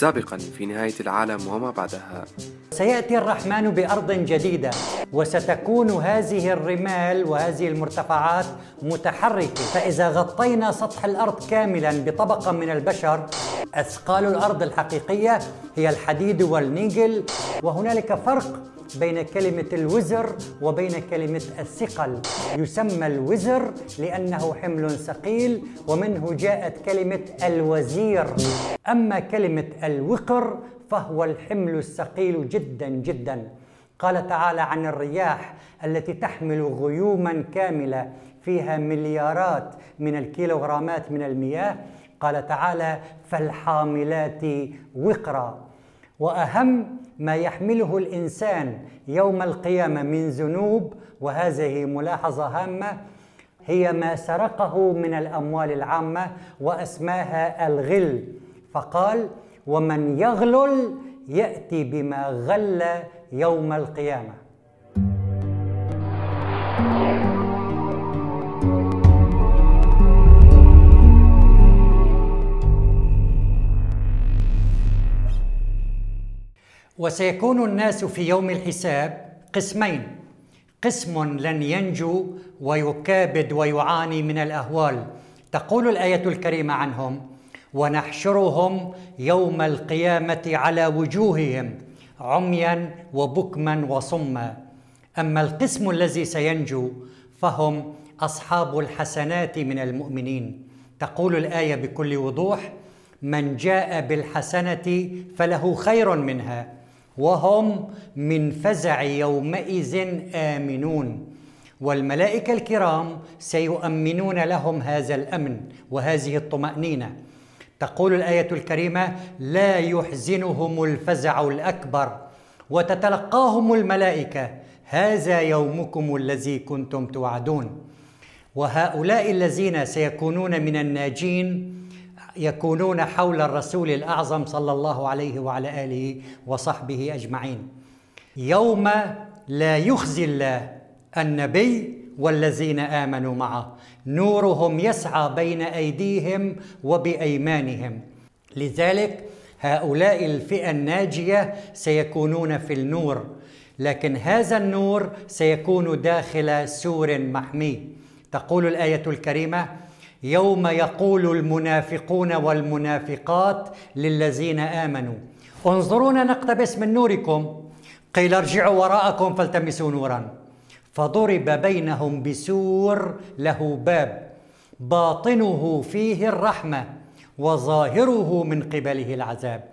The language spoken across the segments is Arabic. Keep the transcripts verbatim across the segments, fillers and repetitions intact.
سابقا في نهاية العالم وما بعدها. سيأتي الرحمن بأرض جديدة، وستكون هذه الرمال وهذه المرتفعات متحركة، فإذا غطينا سطح الأرض كاملا بطبقة من البشر، أثقال الأرض الحقيقية هي الحديد والنيكل. وهنالك فرق بين كلمة الوزر وبين كلمة الثقل. يسمى الوزر لأنه حمل ثقيل، ومنه جاءت كلمة الوزير. أما كلمة الوقر فهو الحمل الثقيل جدا جدا. قال تعالى عن الرياح التي تحمل غيوما كاملة فيها مليارات من الكيلوغرامات من المياه، قال تعالى فالحاملات وقرا. وأهم ما يحمله الإنسان يوم القيامة من ذنوب، وهذه ملاحظة هامة، هي ما سرقه من الأموال العامة وأسماها الغل. فقال ومن يغلل يأتي بما غل يوم القيامة. وسيكون الناس في يوم الحساب قسمين: قسم لن ينجو ويكابد ويعاني من الأهوال. تقول الآية الكريمة عنهم: ونحشرهم يوم القيامة على وجوههم عميا وبكما وصما. أما القسم الذي سينجو فهم أصحاب الحسنات من المؤمنين. تقول الآية بكل وضوح: من جاء بالحسنة فله خير منها وهم من فزع يومئذ آمنون. والملائكة الكرام سيؤمنون لهم هذا الأمن وهذه الطمأنينة. تقول الآية الكريمة: لا يحزنهم الفزع الأكبر، وتتلقاهم الملائكة: هذا يومكم الذي كنتم توعدون. وهؤلاء الذين سيكونون من الناجين يكونون حول الرسول الأعظم صلى الله عليه وعلى آله وصحبه أجمعين. يوم لا يخزي الله النبي والذين آمنوا معه، نورهم يسعى بين أيديهم وبأيمانهم. لذلك هؤلاء الفئة الناجية سيكونون في النور، لكن هذا النور سيكون داخل سور محمي. تقول الآية الكريمة: يوم يقول المنافقون والمنافقات للذين آمنوا انظرونا نقتبس من نوركم، قيل ارجعوا وراءكم فالتمسوا نورا، فضرب بينهم بسور له باب باطنه فيه الرحمة وظاهره من قبله العذاب.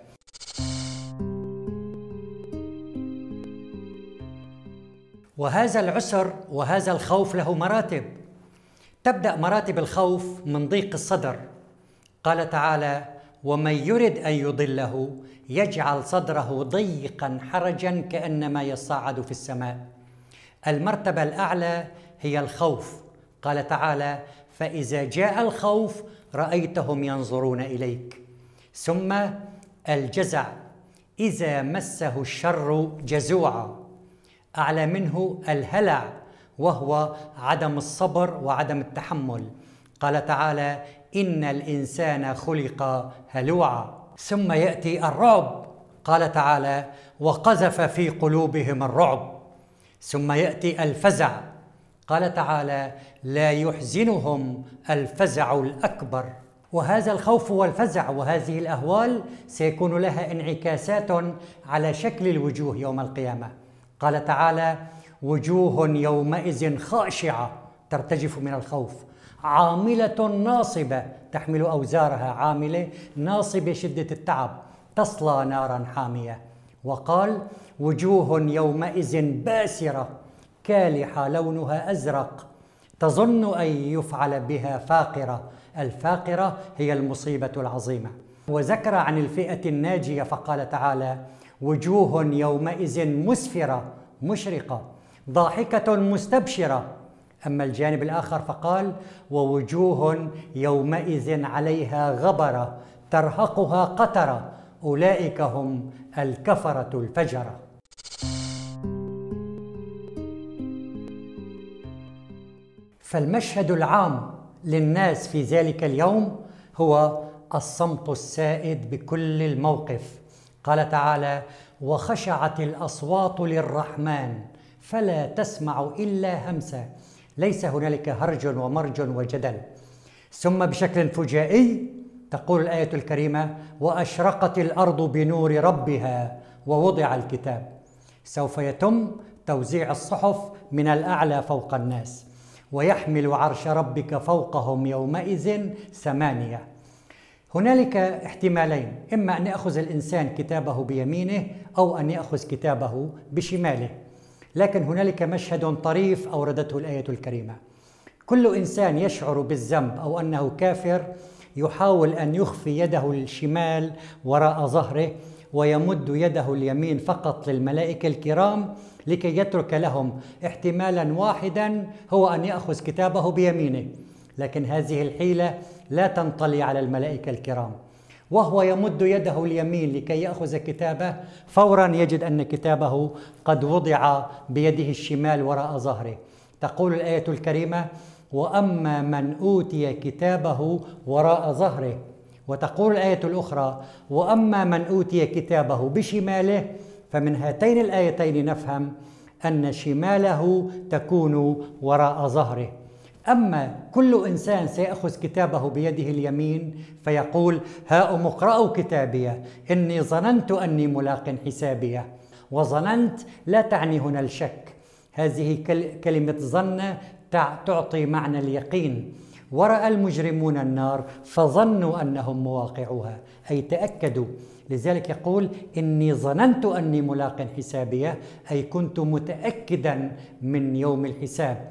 وهذا العسر وهذا الخوف له مراتب. تبدأ مراتب الخوف من ضيق الصدر. قال تعالى: ومن يرد أن يضله يجعل صدره ضيقا حرجا كأنما يصعد في السماء. المرتبة الأعلى هي الخوف. قال تعالى: فإذا جاء الخوف رأيتهم ينظرون إليك. ثم الجزع: إذا مسه الشر جزوعا. أعلى منه الهلع، وهو عدم الصبر وعدم التحمل. قال تعالى: إن الإنسان خلق هلوعا. ثم يأتي الرعب. قال تعالى: وقذف في قلوبهم الرعب. ثم يأتي الفزع. قال تعالى: لا يحزنهم الفزع الأكبر. وهذا الخوف والفزع وهذه الأهوال سيكون لها انعكاسات على شكل الوجوه يوم القيامة. قال تعالى: وجوه يومئذ خاشعة ترتجف من الخوف، عاملة ناصبة تحمل أوزارها، عاملة ناصبة شدة التعب، تصلى نارا حامية. وقال: وجوه يومئذ باسرة كالحة لونها أزرق تظن أن يفعل بها فاقرة. الفاقرة هي المصيبة العظيمة. وذكر عن الفئة الناجية فقال تعالى: وجوه يومئذ مسفرة مشرقة ضاحكة مستبشرة. أما الجانب الآخر فقال: ووجوه يومئذ عليها غبرة ترهقها قترة أولئك هم الكفرة الفجرة. فالمشهد العام للناس في ذلك اليوم هو الصمت السائد بكل الموقف. قال تعالى: وخشعت الأصوات للرحمن فلا تسمع إلا همسا، ليس هنالك هرج ومرج وجدل. ثم بشكل فجائي تقول الآية الكريمة: وأشرقت الأرض بنور ربها ووضع الكتاب. سوف يتم توزيع الصحف من الأعلى فوق الناس، ويحمل عرش ربك فوقهم يومئذ ثمانية. هنالك احتمالين: إما أن يأخذ الإنسان كتابه بيمينه أو أن يأخذ كتابه بشماله. لكن هنالك مشهد طريف أوردته الآية الكريمة: كل إنسان يشعر بالذنب أو أنه كافر يحاول أن يخفي يده الشمال وراء ظهره ويمد يده اليمين فقط للملائكة الكرام لكي يترك لهم احتمالا واحدا، هو أن يأخذ كتابه بيمينه. لكن هذه الحيلة لا تنطلي على الملائكة الكرام. وهو يمد يده اليمين لكي يأخذ كتابه، فورا يجد أن كتابه قد وضع بيده الشمال وراء ظهره. تقول الآية الكريمة: وأما من أوتي كتابه وراء ظهره. وتقول الآية الأخرى: وأما من أوتي كتابه بشماله. فمن هاتين الآيتين نفهم أن شماله تكون وراء ظهره. أما كل إنسان سيأخذ كتابه بيده اليمين فيقول: هاؤم اقرأوا كتابي إني ظننت أني ملاق حسابي. وظننت لا تعني هنا الشك، هذه كلمة ظن تعطي معنى اليقين. ورأى المجرمون النار فظنوا أنهم مواقعوها، أي تأكدوا. لذلك يقول: إني ظننت أني ملاق حسابي، أي كنت متأكدا من يوم الحساب.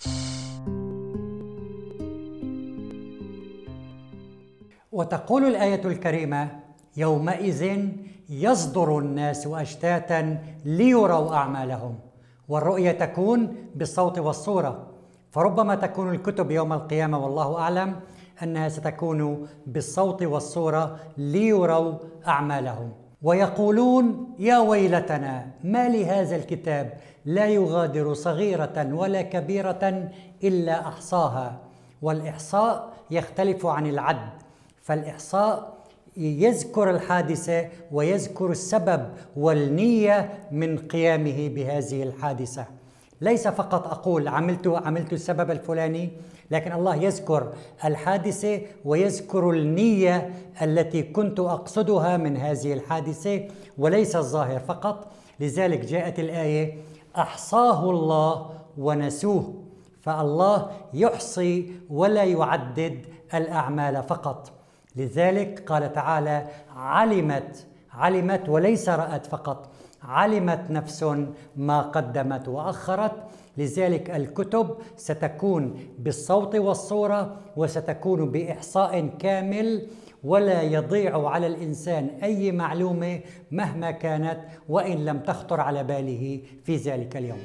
وتقول الآية الكريمة: يومئذ يصدر الناس أشتاتا ليروا أعمالهم. والرؤية تكون بالصوت والصورة، فربما تكون الكتب يوم القيامة والله أعلم أنها ستكون بالصوت والصورة ليروا أعمالهم. ويقولون: يا ويلتنا ما لهذا الكتاب لا يغادر صغيرة ولا كبيرة إلا أحصاها. والإحصاء يختلف عن العد، فالإحصاء يذكر الحادثة ويذكر السبب والنية من قيامه بهذه الحادثة. ليس فقط أقول عملت عملت السبب الفلاني، لكن الله يذكر الحادثة ويذكر النية التي كنت أقصدها من هذه الحادثة وليس الظاهر فقط. لذلك جاءت الآية: أحصاه الله ونسوه. فالله يحصي ولا يعدد الأعمال فقط. لذلك قال تعالى: علمت علمت وليس رأت فقط، علمت نفس ما قدمت وأخرت. لذلك الكتب ستكون بالصوت والصورة وستكون بإحصاء كامل، ولا يضيع على الإنسان أي معلومة مهما كانت وإن لم تخطر على باله في ذلك اليوم.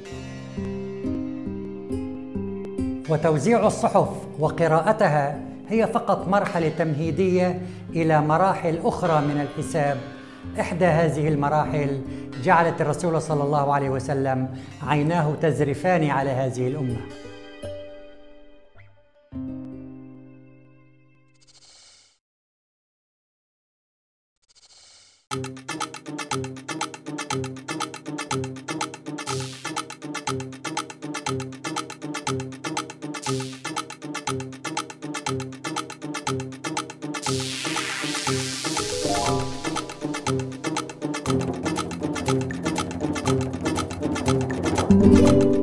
وتوزيع الصحف وقراءتها هي فقط مرحلة تمهيدية إلى مراحل أخرى من الحساب. إحدى هذه المراحل جعلت الرسول صلى الله عليه وسلم عيناه تزرفان على هذه الأمة. Thank you.